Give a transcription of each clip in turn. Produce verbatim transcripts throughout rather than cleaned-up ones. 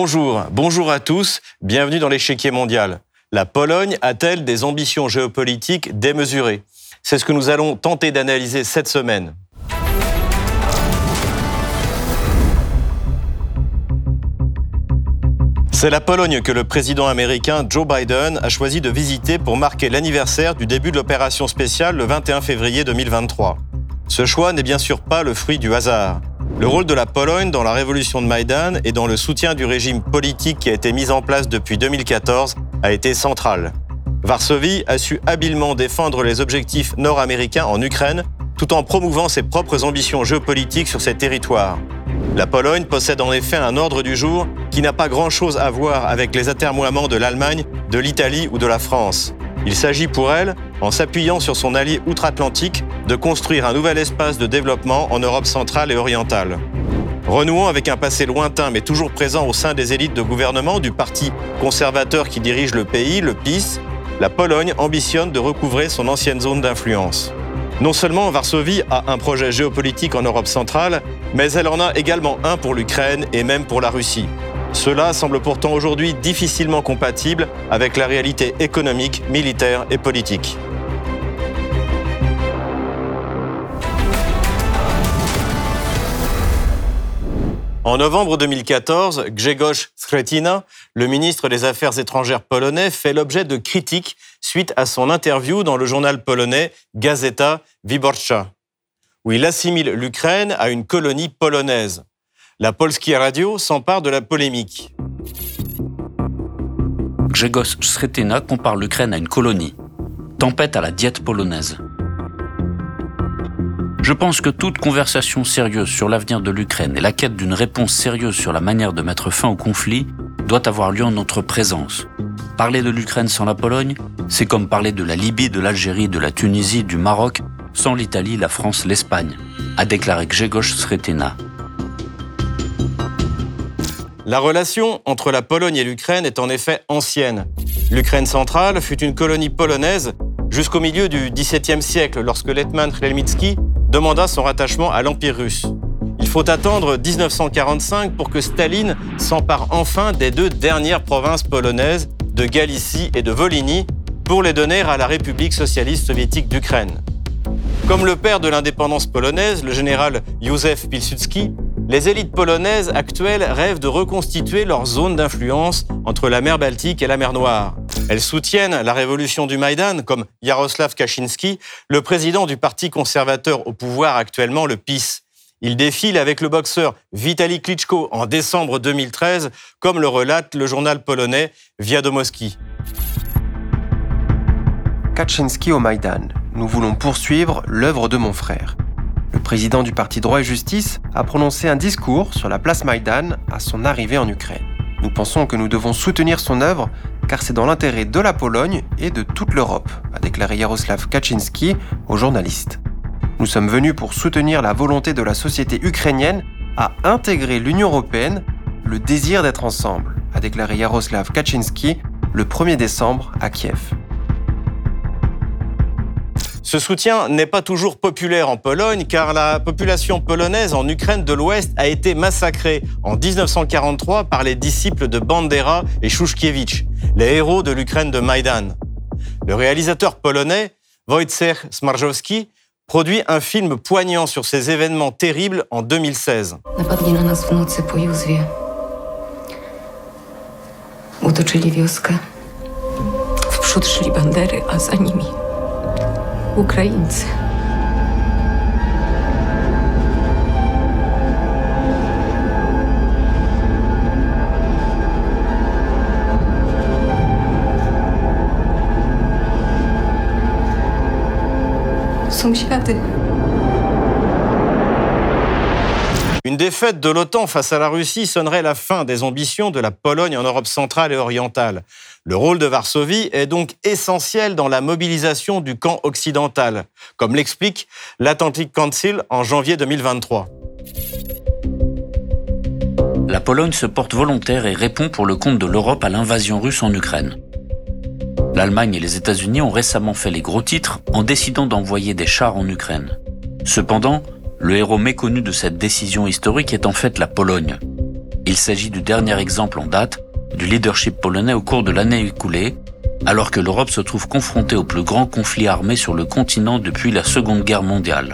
Bonjour, bonjour à tous, bienvenue dans l'échiquier mondial. La Pologne a-t-elle des ambitions géopolitiques démesurées ? C'est ce que nous allons tenter d'analyser cette semaine. C'est la Pologne que le président américain Joe Biden a choisi de visiter pour marquer l'anniversaire du début de l'opération spéciale le vingt et un février deux mille vingt-trois. Ce choix n'est bien sûr pas le fruit du hasard. Le rôle de la Pologne dans la révolution de Maïdan et dans le soutien du régime politique qui a été mis en place depuis deux mille quatorze a été central. Varsovie a su habilement défendre les objectifs nord-américains en Ukraine tout en promouvant ses propres ambitions géopolitiques sur ces territoires. La Pologne possède en effet un ordre du jour qui n'a pas grand-chose à voir avec les atermoiements de l'Allemagne, de l'Italie ou de la France. Il s'agit pour elle, en s'appuyant sur son allié outre-Atlantique, de construire un nouvel espace de développement en Europe centrale et orientale. Renouant avec un passé lointain mais toujours présent au sein des élites de gouvernement du parti conservateur qui dirige le pays, le P I S, la Pologne ambitionne de recouvrer son ancienne zone d'influence. Non seulement Varsovie a un projet géopolitique en Europe centrale, mais elle en a également un pour l'Ukraine et même pour la Russie. Cela semble pourtant aujourd'hui difficilement compatible avec la réalité économique, militaire et politique. En novembre deux mille quatorze, Grzegorz Schetyna, le ministre des Affaires étrangères polonais, fait l'objet de critiques suite à son interview dans le journal polonais Gazeta Wyborcza, où il assimile l'Ukraine à une colonie polonaise. La Polskie Radio s'empare de la polémique. Grzegorz Schetyna compare l'Ukraine à une colonie. Tempête à la diète polonaise. Je pense que toute conversation sérieuse sur l'avenir de l'Ukraine et la quête d'une réponse sérieuse sur la manière de mettre fin au conflit doit avoir lieu en notre présence. Parler de l'Ukraine sans la Pologne, c'est comme parler de la Libye, de l'Algérie, de la Tunisie, du Maroc, sans l'Italie, la France, l'Espagne, a déclaré Grzegorz Schetyna. La relation entre la Pologne et l'Ukraine est en effet ancienne. L'Ukraine centrale fut une colonie polonaise jusqu'au milieu du dix-septième siècle, lorsque l'Hetman Khmelnytsky demanda son rattachement à l'Empire russe. Il faut attendre dix-neuf cent quarante-cinq pour que Staline s'empare enfin des deux dernières provinces polonaises, de Galicie et de Volhynie, pour les donner à la République socialiste soviétique d'Ukraine. Comme le père de l'indépendance polonaise, le général Józef Pilsudski, les élites polonaises actuelles rêvent de reconstituer leur zone d'influence entre la mer Baltique et la mer Noire. Elles soutiennent la révolution du Maïdan, comme Jarosław Kaczynski, le président du parti conservateur au pouvoir actuellement, le P I S. Il défile avec le boxeur Vitali Klitschko en décembre deux mille treize, comme le relate le journal polonais Wiadomości. Kaczynski au Maïdan. Nous voulons poursuivre l'œuvre de mon frère. Le président du parti Droit et Justice a prononcé un discours sur la place Maïdan à son arrivée en Ukraine. Nous pensons que nous devons soutenir son œuvre car c'est dans l'intérêt de la Pologne et de toute l'Europe, a déclaré Jarosław Kaczynski aux journalistes. Nous sommes venus pour soutenir la volonté de la société ukrainienne à intégrer l'Union européenne, le désir d'être ensemble, a déclaré Jarosław Kaczynski le premier décembre à Kiev. Ce soutien n'est pas toujours populaire en Pologne car la population polonaise en Ukraine de l'Ouest a été massacrée en dix-neuf cent quarante-trois par les disciples de Bandera et Szuszkiewicz, les héros de l'Ukraine de Maïdan. Le réalisateur polonais Wojciech Smarzowski produit un film poignant sur ces événements terribles en deux mille seize. Napadli na nas w nocy po Józwie. Otoczyli wioskę. W przód szli bandery, a za nimi Ukraińcy. Sąsiady. Une défaite de l'OTAN face à la Russie sonnerait la fin des ambitions de la Pologne en Europe centrale et orientale. Le rôle de Varsovie est donc essentiel dans la mobilisation du camp occidental, comme l'explique l'Atlantic Council en janvier deux mille vingt-trois. La Pologne se porte volontaire et répond pour le compte de l'Europe à l'invasion russe en Ukraine. L'Allemagne et les États-Unis ont récemment fait les gros titres en décidant d'envoyer des chars en Ukraine. Cependant, le héros méconnu de cette décision historique est en fait la Pologne. Il s'agit du dernier exemple en date du leadership polonais au cours de l'année écoulée, alors que l'Europe se trouve confrontée au plus grand conflit armé sur le continent depuis la Seconde Guerre mondiale.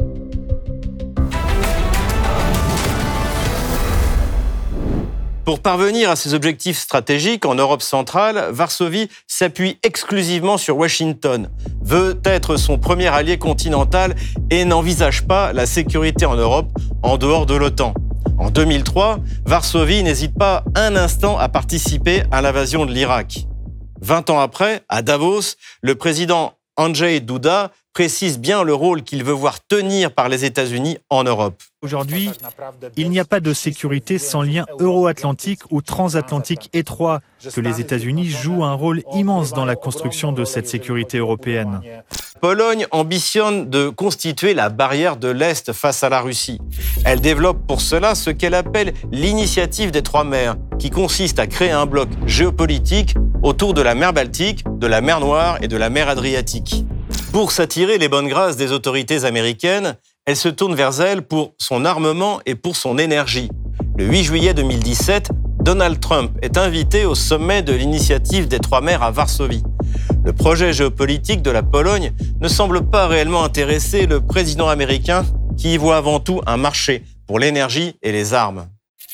Pour parvenir à ses objectifs stratégiques en Europe centrale, Varsovie s'appuie exclusivement sur Washington, veut être son premier allié continental et n'envisage pas la sécurité en Europe en dehors de l'OTAN. En deux mille trois, Varsovie n'hésite pas un instant à participer à l'invasion de l'Irak. Vingt ans après, à Davos, le président Andrzej Duda précise bien le rôle qu'il veut voir tenir par les États-Unis en Europe. Aujourd'hui, il n'y a pas de sécurité sans lien euro-atlantique ou transatlantique étroit, que les États-Unis jouent un rôle immense dans la construction de cette sécurité européenne. Pologne ambitionne de constituer la barrière de l'Est face à la Russie. Elle développe pour cela ce qu'elle appelle l'initiative des trois mers, qui consiste à créer un bloc géopolitique autour de la mer Baltique, de la mer Noire et de la mer Adriatique. Pour s'attirer les bonnes grâces des autorités américaines, elle se tourne vers elle pour son armement et pour son énergie. Le huit juillet deux mille dix-sept, Donald Trump est invité au sommet de l'initiative des trois mers à Varsovie. Le projet géopolitique de la Pologne ne semble pas réellement intéresser le président américain qui y voit avant tout un marché pour l'énergie et les armes.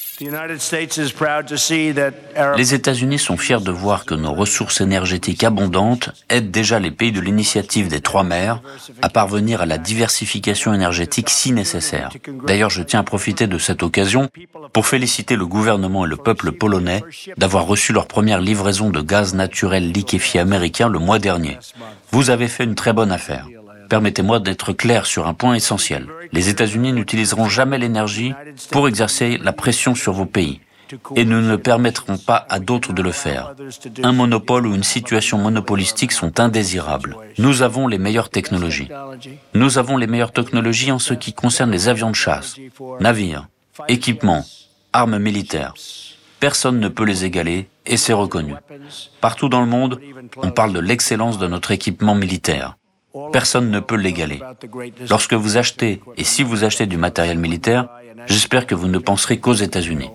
Les États-Unis sont fiers de voir que nos ressources énergétiques abondantes aident déjà les pays de l'initiative des trois mers à parvenir à la diversification énergétique si nécessaire. D'ailleurs, je tiens à profiter de cette occasion pour féliciter le gouvernement et le peuple polonais d'avoir reçu leur première livraison de gaz naturel liquéfié américain le mois dernier. Vous avez fait une très bonne affaire. Permettez-moi d'être clair sur un point essentiel. Les États-Unis n'utiliseront jamais l'énergie pour exercer la pression sur vos pays. Et nous ne permettrons pas à d'autres de le faire. Un monopole ou une situation monopolistique sont indésirables. Nous avons les meilleures technologies. Nous avons les meilleures technologies en ce qui concerne les avions de chasse, navires, équipements, armes militaires. Personne ne peut les égaler et c'est reconnu. Partout dans le monde, on parle de l'excellence de notre équipement militaire. Personne ne peut l'égaler. Lorsque vous achetez, et si vous achetez du matériel militaire, j'espère que vous ne penserez qu'aux États-Unis.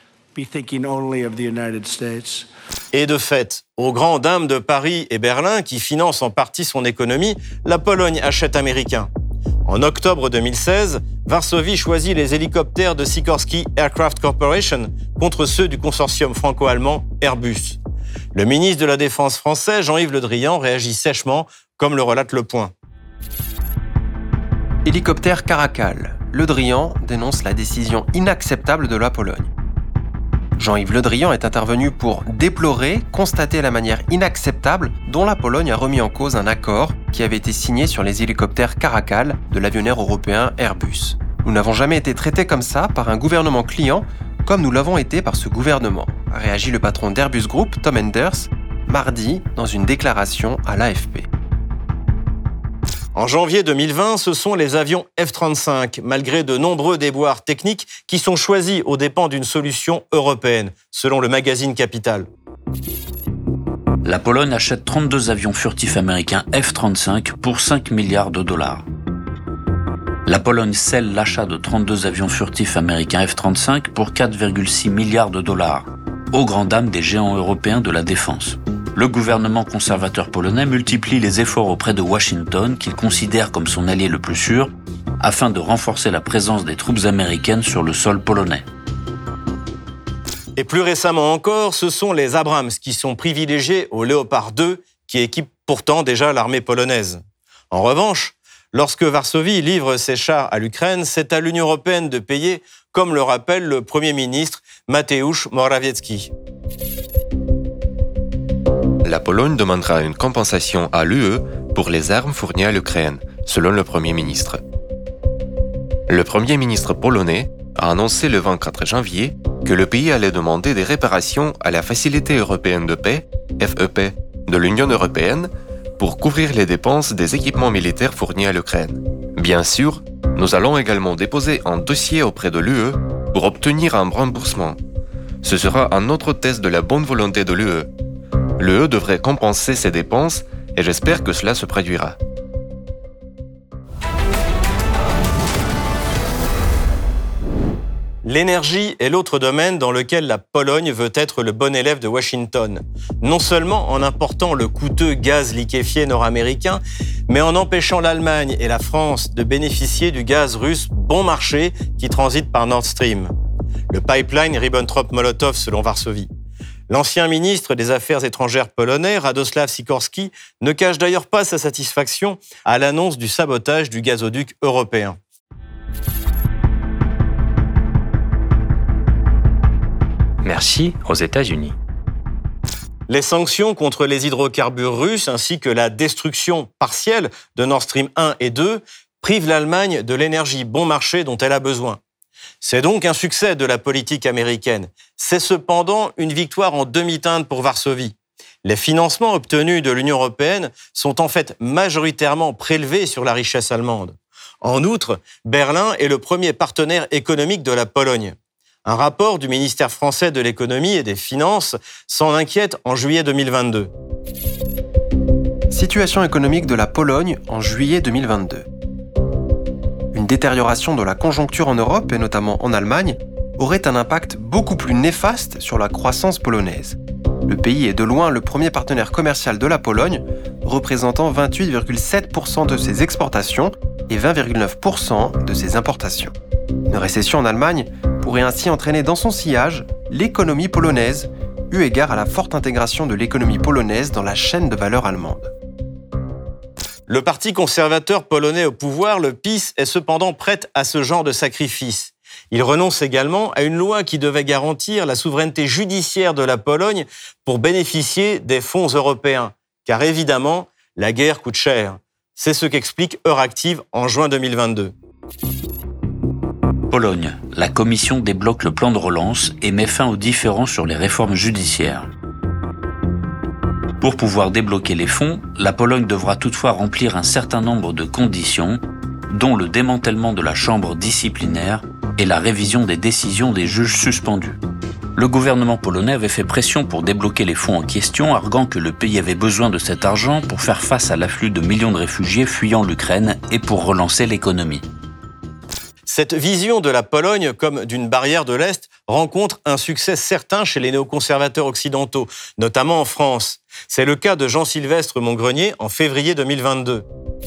Et de fait, aux grandes dames de Paris et Berlin, qui financent en partie son économie, la Pologne achète américain. En octobre deux mille seize, Varsovie choisit les hélicoptères de Sikorsky Aircraft Corporation contre ceux du consortium franco-allemand Airbus. Le ministre de la Défense français, Jean-Yves Le Drian, réagit sèchement, comme le relate Le Point. Hélicoptère Caracal. Le Drian dénonce la décision inacceptable de la Pologne. Jean-Yves Le Drian est intervenu pour déplorer, constater la manière inacceptable dont la Pologne a remis en cause un accord qui avait été signé sur les hélicoptères Caracal de l'avionneur européen Airbus. Nous n'avons jamais été traités comme ça par un gouvernement client, comme nous l'avons été par ce gouvernement, a réagi le patron d'Airbus Group, Tom Enders, mardi dans une déclaration à l'A F P. En janvier deux mille vingt, ce sont les avions F trente-cinq, malgré de nombreux déboires techniques, qui sont choisis aux dépens d'une solution européenne, selon le magazine Capital. La Pologne achète trente-deux avions furtifs américains F trente-cinq pour cinq milliards de dollars. La Pologne scelle l'achat de trente-deux avions furtifs américains F trente-cinq pour quatre virgule six milliards de dollars, aux grandes dames des géants européens de la défense. Le gouvernement conservateur polonais multiplie les efforts auprès de Washington, qu'il considère comme son allié le plus sûr, afin de renforcer la présence des troupes américaines sur le sol polonais. Et plus récemment encore, ce sont les Abrams qui sont privilégiés au Léopard deux, qui équipent pourtant déjà l'armée polonaise. En revanche, lorsque Varsovie livre ses chars à l'Ukraine, c'est à l'Union européenne de payer, comme le rappelle le Premier ministre Mateusz Morawiecki. La Pologne demandera une compensation à l'U E pour les armes fournies à l'Ukraine, selon le Premier ministre. Le Premier ministre polonais a annoncé le vingt-quatre janvier que le pays allait demander des réparations à la Facilité européenne de paix, F E P, de l'Union européenne pour couvrir les dépenses des équipements militaires fournis à l'Ukraine. Bien sûr, nous allons également déposer un dossier auprès de l'U E pour obtenir un remboursement. Ce sera un autre test de la bonne volonté de l'U E. L'U E devrait compenser ses dépenses et j'espère que cela se produira. L'énergie est l'autre domaine dans lequel la Pologne veut être le bon élève de Washington. Non seulement en important le coûteux gaz liquéfié nord-américain, mais en empêchant l'Allemagne et la France de bénéficier du gaz russe bon marché qui transite par Nord Stream. Le pipeline Ribbentrop-Molotov selon Varsovie. L'ancien ministre des Affaires étrangères polonais, Radosław Sikorski, ne cache d'ailleurs pas sa satisfaction à l'annonce du sabotage du gazoduc européen. Merci aux États-Unis. Les sanctions contre les hydrocarbures russes ainsi que la destruction partielle de Nord Stream un et deux privent l'Allemagne de l'énergie bon marché dont elle a besoin. C'est donc un succès de la politique américaine. C'est cependant une victoire en demi-teinte pour Varsovie. Les financements obtenus de l'Union européenne sont en fait majoritairement prélevés sur la richesse allemande. En outre, Berlin est le premier partenaire économique de la Pologne. Un rapport du ministère français de l'économie et des finances s'en inquiète en juillet deux mille vingt-deux. Situation économique de la Pologne en juillet deux mille vingt-deux. Une détérioration de la conjoncture en Europe et notamment en Allemagne aurait un impact beaucoup plus néfaste sur la croissance polonaise. Le pays est de loin le premier partenaire commercial de la Pologne, représentant vingt-huit virgule sept pour cent de ses exportations et vingt virgule neuf pour cent de ses importations. Une récession en Allemagne pourrait ainsi entraîner dans son sillage l'économie polonaise, eu égard à la forte intégration de l'économie polonaise dans la chaîne de valeur allemande. Le parti conservateur polonais au pouvoir, le PiS, est cependant prêt à ce genre de sacrifice. Il renonce également à une loi qui devait garantir la souveraineté judiciaire de la Pologne pour bénéficier des fonds européens. Car évidemment, la guerre coûte cher. C'est ce qu'explique Euractiv en juin deux mille vingt-deux. Pologne. La Commission débloque le plan de relance et met fin aux différends sur les réformes judiciaires. Pour pouvoir débloquer les fonds, la Pologne devra toutefois remplir un certain nombre de conditions, dont le démantèlement de la chambre disciplinaire et la révision des décisions des juges suspendus. Le gouvernement polonais avait fait pression pour débloquer les fonds en question, arguant que le pays avait besoin de cet argent pour faire face à l'afflux de millions de réfugiés fuyant l'Ukraine et pour relancer l'économie. Cette vision de la Pologne comme d'une barrière de l'Est rencontre un succès certain chez les néoconservateurs occidentaux, notamment en France. C'est le cas de Jean-Sylvestre Montgrenier en février deux mille vingt-deux.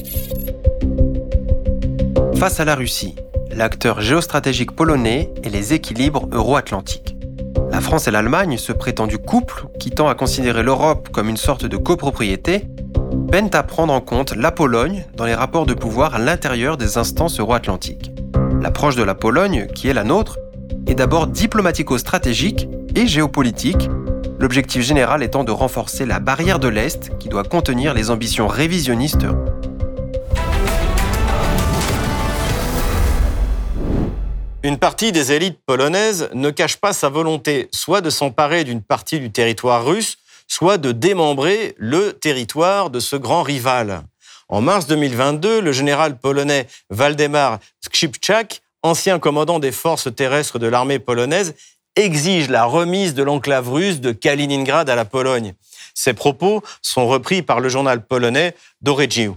Face à la Russie, l'acteur géostratégique polonais et les équilibres euro-atlantiques. La France et l'Allemagne, ce prétendu couple qui tend à considérer l'Europe comme une sorte de copropriété, peinent à prendre en compte la Pologne dans les rapports de pouvoir à l'intérieur des instances euro-atlantiques. L'approche de la Pologne, qui est la nôtre, est d'abord diplomatico-stratégique et géopolitique, l'objectif général étant de renforcer la barrière de l'Est qui doit contenir les ambitions révisionnistes. Une partie des élites polonaises ne cache pas sa volonté soit de s'emparer d'une partie du territoire russe, soit de démembrer le territoire de ce grand rival. En mars deux mille vingt-deux, le général polonais Waldemar Skrzypczak, ancien commandant des forces terrestres de l'armée polonaise, exige la remise de l'enclave russe de Kaliningrad à la Pologne. Ces propos sont repris par le journal polonais Doregiu.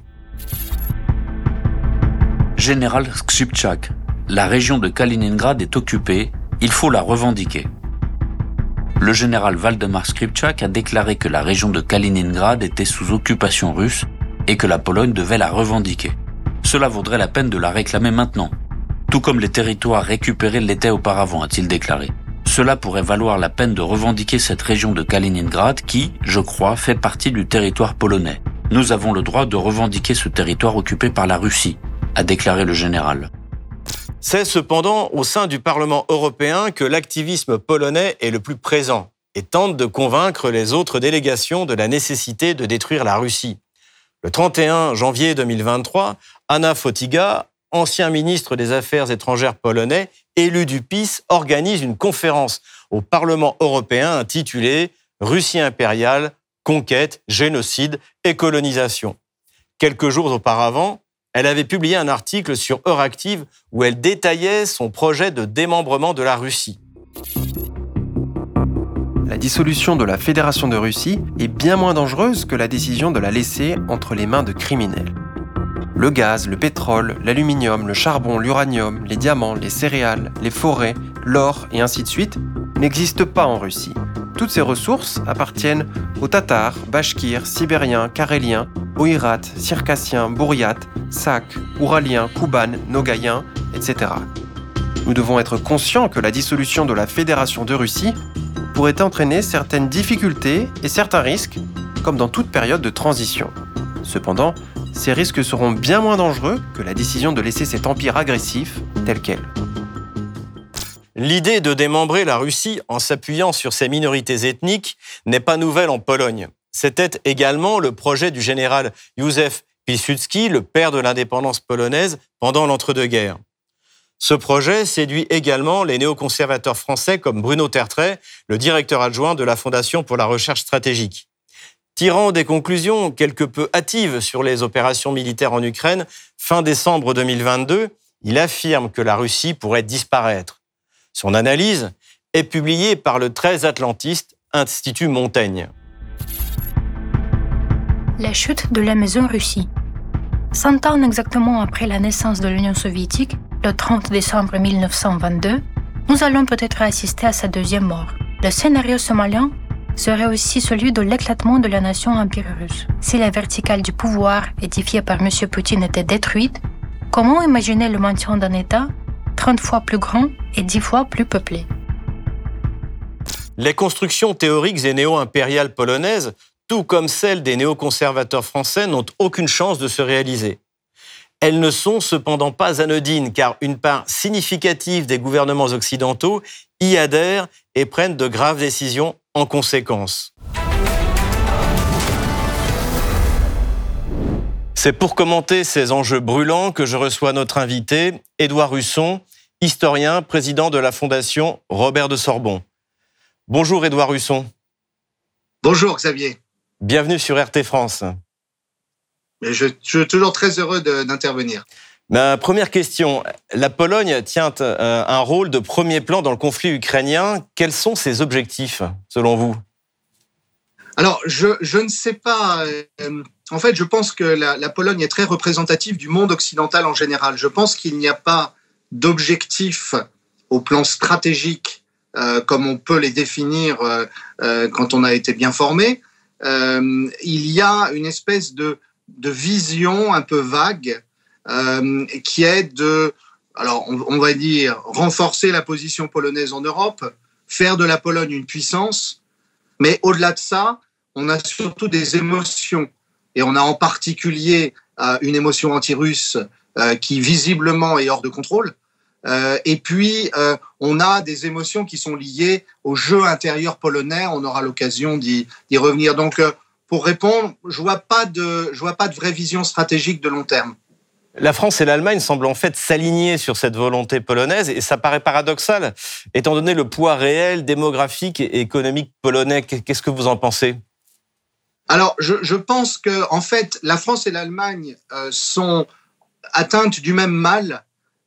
Général Skrzypczak, la région de Kaliningrad est occupée, il faut la revendiquer. Le général Waldemar Skrzypczak a déclaré que la région de Kaliningrad était sous occupation russe et que la Pologne devait la revendiquer. Cela vaudrait la peine de la réclamer maintenant, tout comme les territoires récupérés l'étaient auparavant, a-t-il déclaré. Cela pourrait valoir la peine de revendiquer cette région de Kaliningrad qui, je crois, fait partie du territoire polonais. Nous avons le droit de revendiquer ce territoire occupé par la Russie, a déclaré le général. C'est cependant au sein du Parlement européen que l'activisme polonais est le plus présent et tente de convaincre les autres délégations de la nécessité de détruire la Russie. Le trente et un janvier deux mille vingt-trois, Anna Fotyga, ancien ministre des Affaires étrangères polonais, élu du PiS, organise une conférence au Parlement européen intitulée « Russie impériale, conquête, génocide et colonisation ». Quelques jours auparavant, elle avait publié un article sur Euractiv où elle détaillait son projet de démembrement de la Russie. La dissolution de la Fédération de Russie est bien moins dangereuse que la décision de la laisser entre les mains de criminels. Le gaz, le pétrole, l'aluminium, le charbon, l'uranium, les diamants, les céréales, les forêts, l'or et ainsi de suite, n'existent pas en Russie. Toutes ces ressources appartiennent aux Tatars, Bachkirs, Sibériens, Caréliens, Oïrats, Circassiens, Bouriates, Sacs, Ouraliens, Koubanes, Nogaïens, et cetera. Nous devons être conscients que la dissolution de la Fédération de Russie pourrait entraîner certaines difficultés et certains risques, comme dans toute période de transition. Cependant, ces risques seront bien moins dangereux que la décision de laisser cet empire agressif tel quel. L'idée de démembrer la Russie en s'appuyant sur ses minorités ethniques n'est pas nouvelle en Pologne. C'était également le projet du général Józef Piłsudski, le père de l'indépendance polonaise, pendant l'entre-deux-guerres. Ce projet séduit également les néoconservateurs français comme Bruno Tertrais, le directeur adjoint de la Fondation pour la recherche stratégique. Tirant des conclusions quelque peu hâtives sur les opérations militaires en Ukraine, fin décembre deux mille vingt-deux, il affirme que la Russie pourrait disparaître. Son analyse est publiée par le très atlantiste Institut Montaigne. La chute de la Maison Russie. Cent ans exactement après la naissance de l'Union soviétique, le trente décembre mille neuf cent vingt-deux, nous allons peut-être assister à sa deuxième mort. Le scénario somalien serait aussi celui de l'éclatement de la nation empire russe. Si la verticale du pouvoir édifiée par M. Poutine était détruite, comment imaginer le maintien d'un État trente fois plus grand et dix fois plus peuplé? Les constructions théoriques et néo-impériales polonaises, tout comme celles des néoconservateurs français, n'ont aucune chance de se réaliser. Elles ne sont cependant pas anodines, car une part significative des gouvernements occidentaux y adhèrent et prennent de graves décisions en conséquence. C'est pour commenter ces enjeux brûlants que je reçois notre invité, Édouard Husson, historien, président de la Fondation Robert de Sorbon. Bonjour Édouard Husson. Bonjour Xavier. Bienvenue sur R T France. Je, je suis toujours très heureux de, d'intervenir. Ma première question, la Pologne tient euh, un rôle de premier plan dans le conflit ukrainien. Quels sont ses objectifs, selon vous ? Alors, je, je ne sais pas. Euh, en fait, je pense que la, la Pologne est très représentative du monde occidental en général. Je pense qu'il n'y a pas d'objectif au plan stratégique, euh, comme on peut les définir euh, euh, quand on a été bien formé. Euh, il y a une espèce de de vision un peu vague euh, qui est de, alors on, on va dire, renforcer la position polonaise en Europe, faire de la Pologne une puissance, mais au-delà de ça, on a surtout des émotions. Et on a en particulier euh, une émotion anti-russe euh, qui visiblement est hors de contrôle. Euh, et puis, euh, on a des émotions qui sont liées au jeu intérieur polonais. On aura l'occasion d'y, d'y revenir. Donc, euh, pour répondre, je vois pas de, je vois pas de vraie vision stratégique de long terme. La France et l'Allemagne semblent en fait s'aligner sur cette volonté polonaise et ça paraît paradoxal, étant donné le poids réel, démographique et économique polonais. Qu'est-ce que vous en pensez ? Alors, je, je pense que en fait, la France et l'Allemagne euh, sont atteintes du même mal.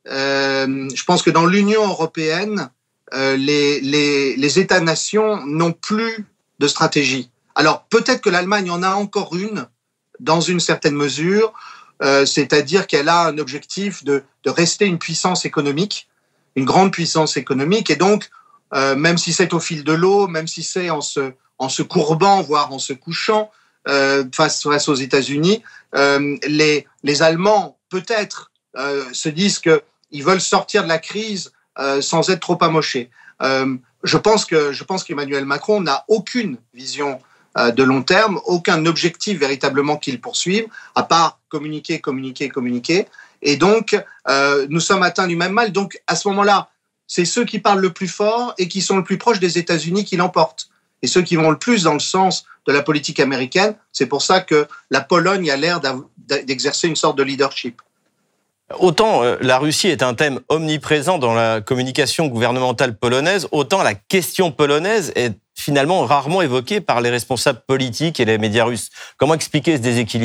Euh, je pense que dans l'Union européenne, euh, les, les, les États-nations n'ont plus de stratégie. Alors, peut-être que l'Allemagne en a encore une, dans une certaine mesure, euh, c'est-à-dire qu'elle a un objectif de, de rester une puissance économique, une grande puissance économique, et donc, euh, même si c'est au fil de l'eau, même si c'est en se, en se courbant, voire en se couchant, euh, face, face aux États-Unis, euh, les, les Allemands, peut-être, euh, se disent qu'ils veulent sortir de la crise euh, sans être trop amochés. Euh, je pense que, je pense qu'Emmanuel Macron n'a aucune vision de long terme, aucun objectif véritablement qu'il poursuive, à part communiquer, communiquer, communiquer. Et donc, euh, nous sommes atteints du même mal. Donc, à ce moment-là, c'est ceux qui parlent le plus fort et qui sont le plus proches des États-Unis qui l'emportent. Et ceux qui vont le plus dans le sens de la politique américaine, c'est pour ça que la Pologne a l'air d'exercer une sorte de leadership. Autant euh, la Russie est un thème omniprésent dans la communication gouvernementale polonaise, autant la question polonaise est finalement rarement évoquée par les responsables politiques et les médias russes. Comment expliquer ce déséquilibre ?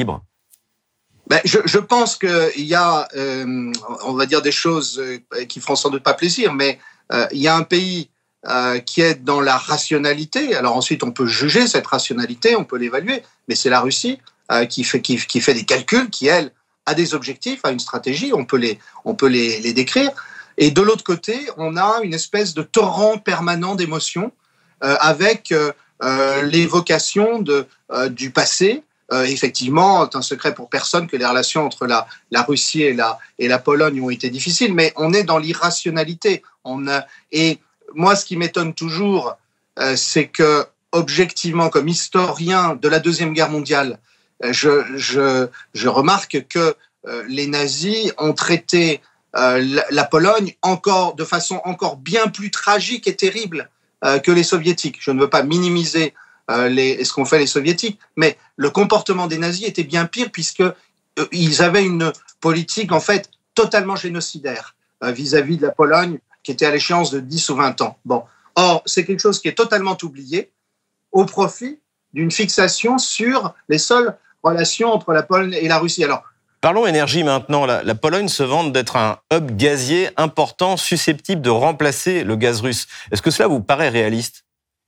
Ben, je, je pense qu'il y a, euh, on va dire des choses qui feront sans doute pas plaisir, mais euh, il y a un pays euh, qui est dans la rationalité. Alors ensuite, on peut juger cette rationalité, on peut l'évaluer, mais c'est la Russie euh, qui fait, qui, qui fait des calculs, qui, elle, a des objectifs, a une stratégie, on peut les, on peut les, les décrire. Et de l'autre côté, on a une espèce de torrent permanent d'émotions euh, avec euh, euh, l'évocation de, euh, du passé. Euh, effectivement, c'est un secret pour personne que les relations entre la, la Russie et la, et la Pologne ont été difficiles, mais on est dans l'irrationalité. On a, et moi, ce qui m'étonne toujours, euh, c'est que, objectivement, comme historien de la Deuxième Guerre mondiale, euh, je, je, je remarque que euh, les nazis ont traité euh, la, la Pologne encore, de façon encore bien plus tragique et terrible euh, que les soviétiques. Je ne veux pas minimiser euh, les, ce qu'ont fait les soviétiques, mais le comportement des nazis était bien pire puisque euh, ils avaient une politique en fait totalement génocidaire euh, vis-à-vis de la Pologne, qui était à l'échéance de dix ou vingt ans. Bon. Or, c'est quelque chose qui est totalement oublié au profit d'une fixation sur les seules relations entre la Pologne et la Russie. Alors, parlons énergie maintenant. La, la Pologne se vante d'être un hub gazier important, susceptible de remplacer le gaz russe. Est-ce que cela vous paraît réaliste ?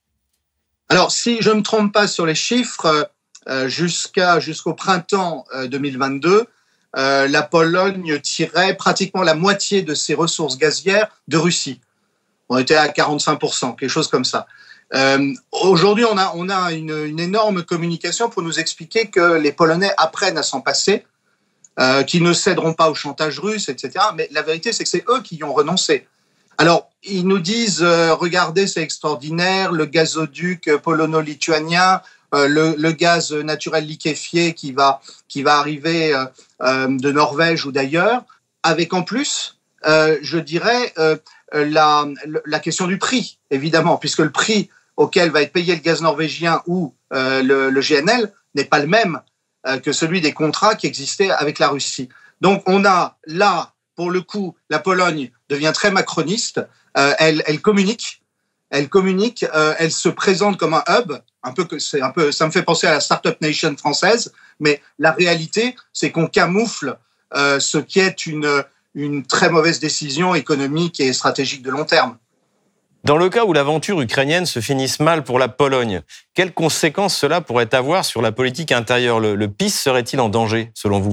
Alors, si je ne me trompe pas sur les chiffres, euh, jusqu'à, jusqu'au printemps euh, deux mille vingt-deux, euh, la Pologne tirait pratiquement la moitié de ses ressources gazières de Russie. On était à quarante-cinq pour cent, quelque chose comme ça. Euh, aujourd'hui, on a, on a une, une énorme communication pour nous expliquer que les Polonais apprennent à s'en passer, euh, qu'ils ne céderont pas au chantage russe, et cetera. Mais la vérité, c'est que c'est eux qui y ont renoncé. Alors, ils nous disent, euh, regardez, c'est extraordinaire, le gazoduc polono-lituanien, euh, le, le gaz naturel liquéfié qui va, qui va arriver euh, euh, de Norvège ou d'ailleurs, avec en plus, euh, je dirais, euh, la, la question du prix, évidemment, puisque le prix auquel va être payé le gaz norvégien ou euh, le, le G N L n'est pas le même euh, que celui des contrats qui existaient avec la Russie. Donc, on a là, pour le coup, la Pologne devient très macroniste, euh, elle, elle communique, elle communique, euh, elle se présente comme un hub, un peu que c'est un peu, ça me fait penser à la Startup Nation française, mais la réalité, c'est qu'on camoufle euh, ce qui est une, une très mauvaise décision économique et stratégique de long terme. Dans le cas où l'aventure ukrainienne se finisse mal pour la Pologne, quelles conséquences cela pourrait avoir sur la politique intérieure ? Le, le P I S serait-il en danger, selon vous ?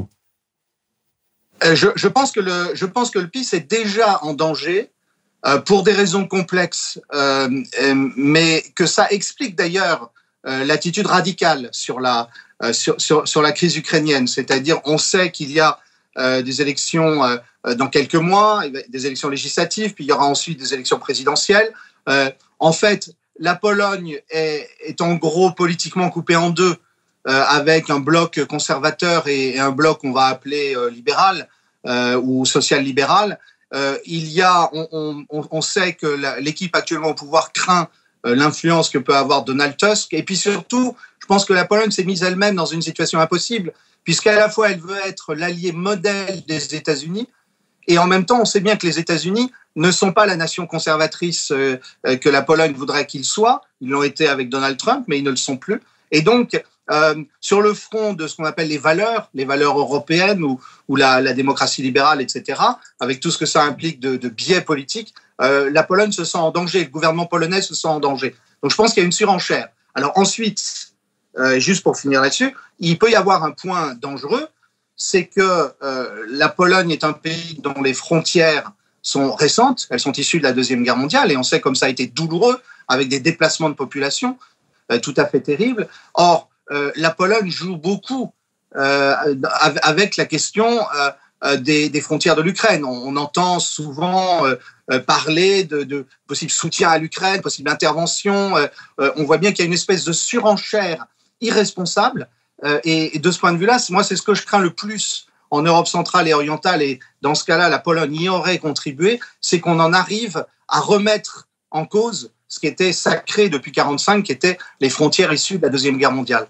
Je, je, pense que le, je pense que le P I S est déjà en danger euh, pour des raisons complexes, euh, euh, mais que ça explique d'ailleurs euh, l'attitude radicale sur la, euh, sur, sur, sur la crise ukrainienne. C'est-à-dire, on sait qu'il y a euh, des élections euh, dans quelques mois, des élections législatives, puis il y aura ensuite des élections présidentielles. Euh, en fait, la Pologne est, est en gros politiquement coupée en deux, Euh, avec un bloc conservateur et, et un bloc qu'on va appeler euh, libéral euh, ou social-libéral. Euh, il y a, on, on, on sait que la, l'équipe actuellement au pouvoir craint euh, l'influence que peut avoir Donald Tusk. Et puis surtout, je pense que la Pologne s'est mise elle-même dans une situation impossible, puisqu'à la fois elle veut être l'allié modèle des États-Unis, et en même temps, on sait bien que les États-Unis ne sont pas la nation conservatrice euh, que la Pologne voudrait qu'ils soient. Ils l'ont été avec Donald Trump, mais ils ne le sont plus. Et donc, Euh, sur le front de ce qu'on appelle les valeurs, les valeurs européennes ou, ou la, la démocratie libérale, et cetera, avec tout ce que ça implique de, de biais politiques, euh, la Pologne se sent en danger, le gouvernement polonais se sent en danger. Donc je pense qu'il y a une surenchère. Alors ensuite, euh, juste pour finir là-dessus, il peut y avoir un point dangereux, c'est que euh, la Pologne est un pays dont les frontières sont récentes, elles sont issues de la Deuxième Guerre mondiale, et on sait comme ça a été douloureux, avec des déplacements de population euh, tout à fait terribles. Or, Euh, la Pologne joue beaucoup euh, avec la question euh, des, des frontières de l'Ukraine. On, on entend souvent euh, parler de, de possible soutien à l'Ukraine, possible intervention. Euh, euh, on voit bien qu'il y a une espèce de surenchère irresponsable. Euh, et, et de ce point de vue-là, moi, c'est ce que je crains le plus en Europe centrale et orientale. Et dans ce cas-là, la Pologne y aurait contribué. C'est qu'on en arrive à remettre en cause ce qui était sacré depuis quarante-cinq, qui étaient les frontières issues de la Deuxième Guerre mondiale.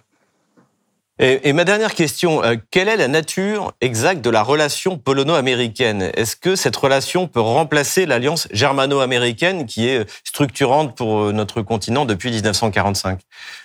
Et, et ma dernière question, euh, quelle est la nature exacte de la relation polono-américaine ? Est-ce que cette relation peut remplacer l'alliance germano-américaine qui est structurante pour notre continent depuis dix-neuf cent quarante-cinq ?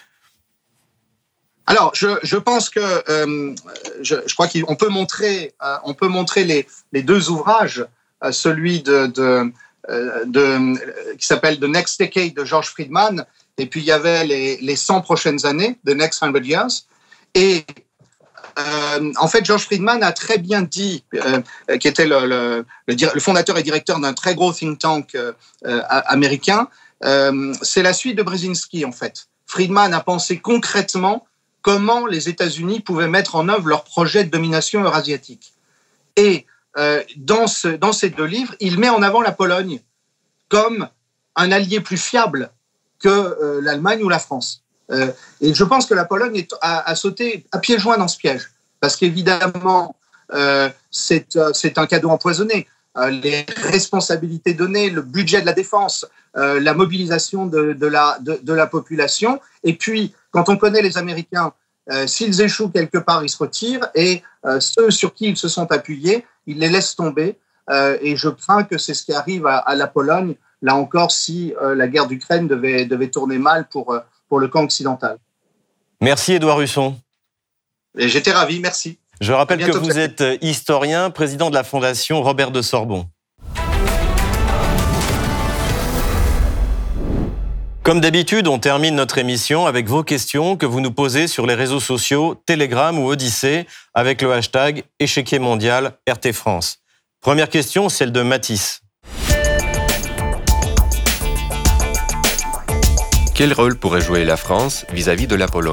Alors, je, je pense que euh, je, je crois qu'on peut montrer, euh, on peut montrer les, les deux ouvrages, euh, celui de, de, euh, de qui s'appelle The Next Decade de George Friedman, et puis il y avait les, les cent prochaines années, The Next Hundred Years. Et euh, en fait, George Friedman a très bien dit, euh, qui était le, le, le, le fondateur et directeur d'un très gros think tank euh, euh, américain, euh, c'est la suite de Brzezinski, en fait. Friedman a pensé concrètement comment les États-Unis pouvaient mettre en œuvre leur projet de domination eurasiatique. Et euh, dans, ce, dans ces deux livres, il met en avant la Pologne comme un allié plus fiable que euh, l'Allemagne ou la France. Euh, et je pense que la Pologne est, a, a sauté à pieds joints dans ce piège, parce qu'évidemment, euh, c'est, euh, c'est un cadeau empoisonné. Euh, les responsabilités données, le budget de la défense, euh, la mobilisation de, de, la, de, de la population. Et puis, quand on connaît les Américains, euh, s'ils échouent quelque part, ils se retirent, et euh, ceux sur qui ils se sont appuyés, ils les laissent tomber. Euh, et je crains que c'est ce qui arrive à, à la Pologne, là encore, si euh, la guerre d'Ukraine devait, devait tourner mal pour, euh, pour le camp occidental. Merci Édouard Husson. Et j'étais ravi, merci. Je rappelle que vous êtes historien, président de la Fondation Robert de Sorbon. Comme d'habitude, on termine notre émission avec vos questions que vous nous posez sur les réseaux sociaux, Telegram ou Odyssée, avec le hashtag Échiquier mondial R T France. Première question, celle de Mathis. Quel rôle pourrait jouer la France vis-à-vis de la Pologne ?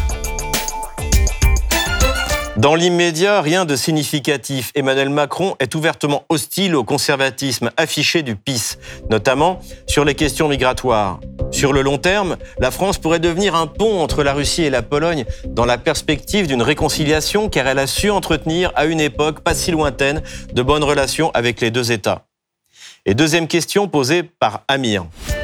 Dans l'immédiat, rien de significatif. Emmanuel Macron est ouvertement hostile au conservatisme affiché du P I S, notamment sur les questions migratoires. Sur le long terme, la France pourrait devenir un pont entre la Russie et la Pologne dans la perspective d'une réconciliation, car elle a su entretenir à une époque pas si lointaine de bonnes relations avec les deux États. Et deuxième question posée par Amir.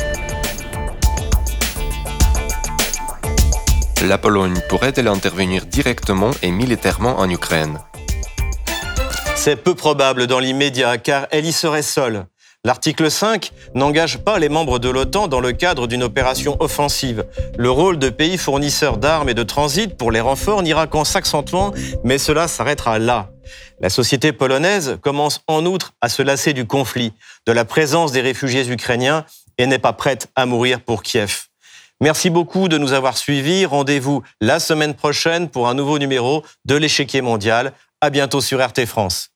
La Pologne pourrait-elle intervenir directement et militairement en Ukraine ? C'est peu probable dans l'immédiat, car elle y serait seule. L'article cinq n'engage pas les membres de l'OTAN dans le cadre d'une opération offensive. Le rôle de pays fournisseur d'armes et de transit pour les renforts n'ira qu'en s'accentuant, mais cela s'arrêtera là. La société polonaise commence en outre à se lasser du conflit, de la présence des réfugiés ukrainiens, et n'est pas prête à mourir pour Kiev. Merci beaucoup de nous avoir suivis. Rendez-vous la semaine prochaine pour un nouveau numéro de l'Échiquier mondial. À bientôt sur R T France.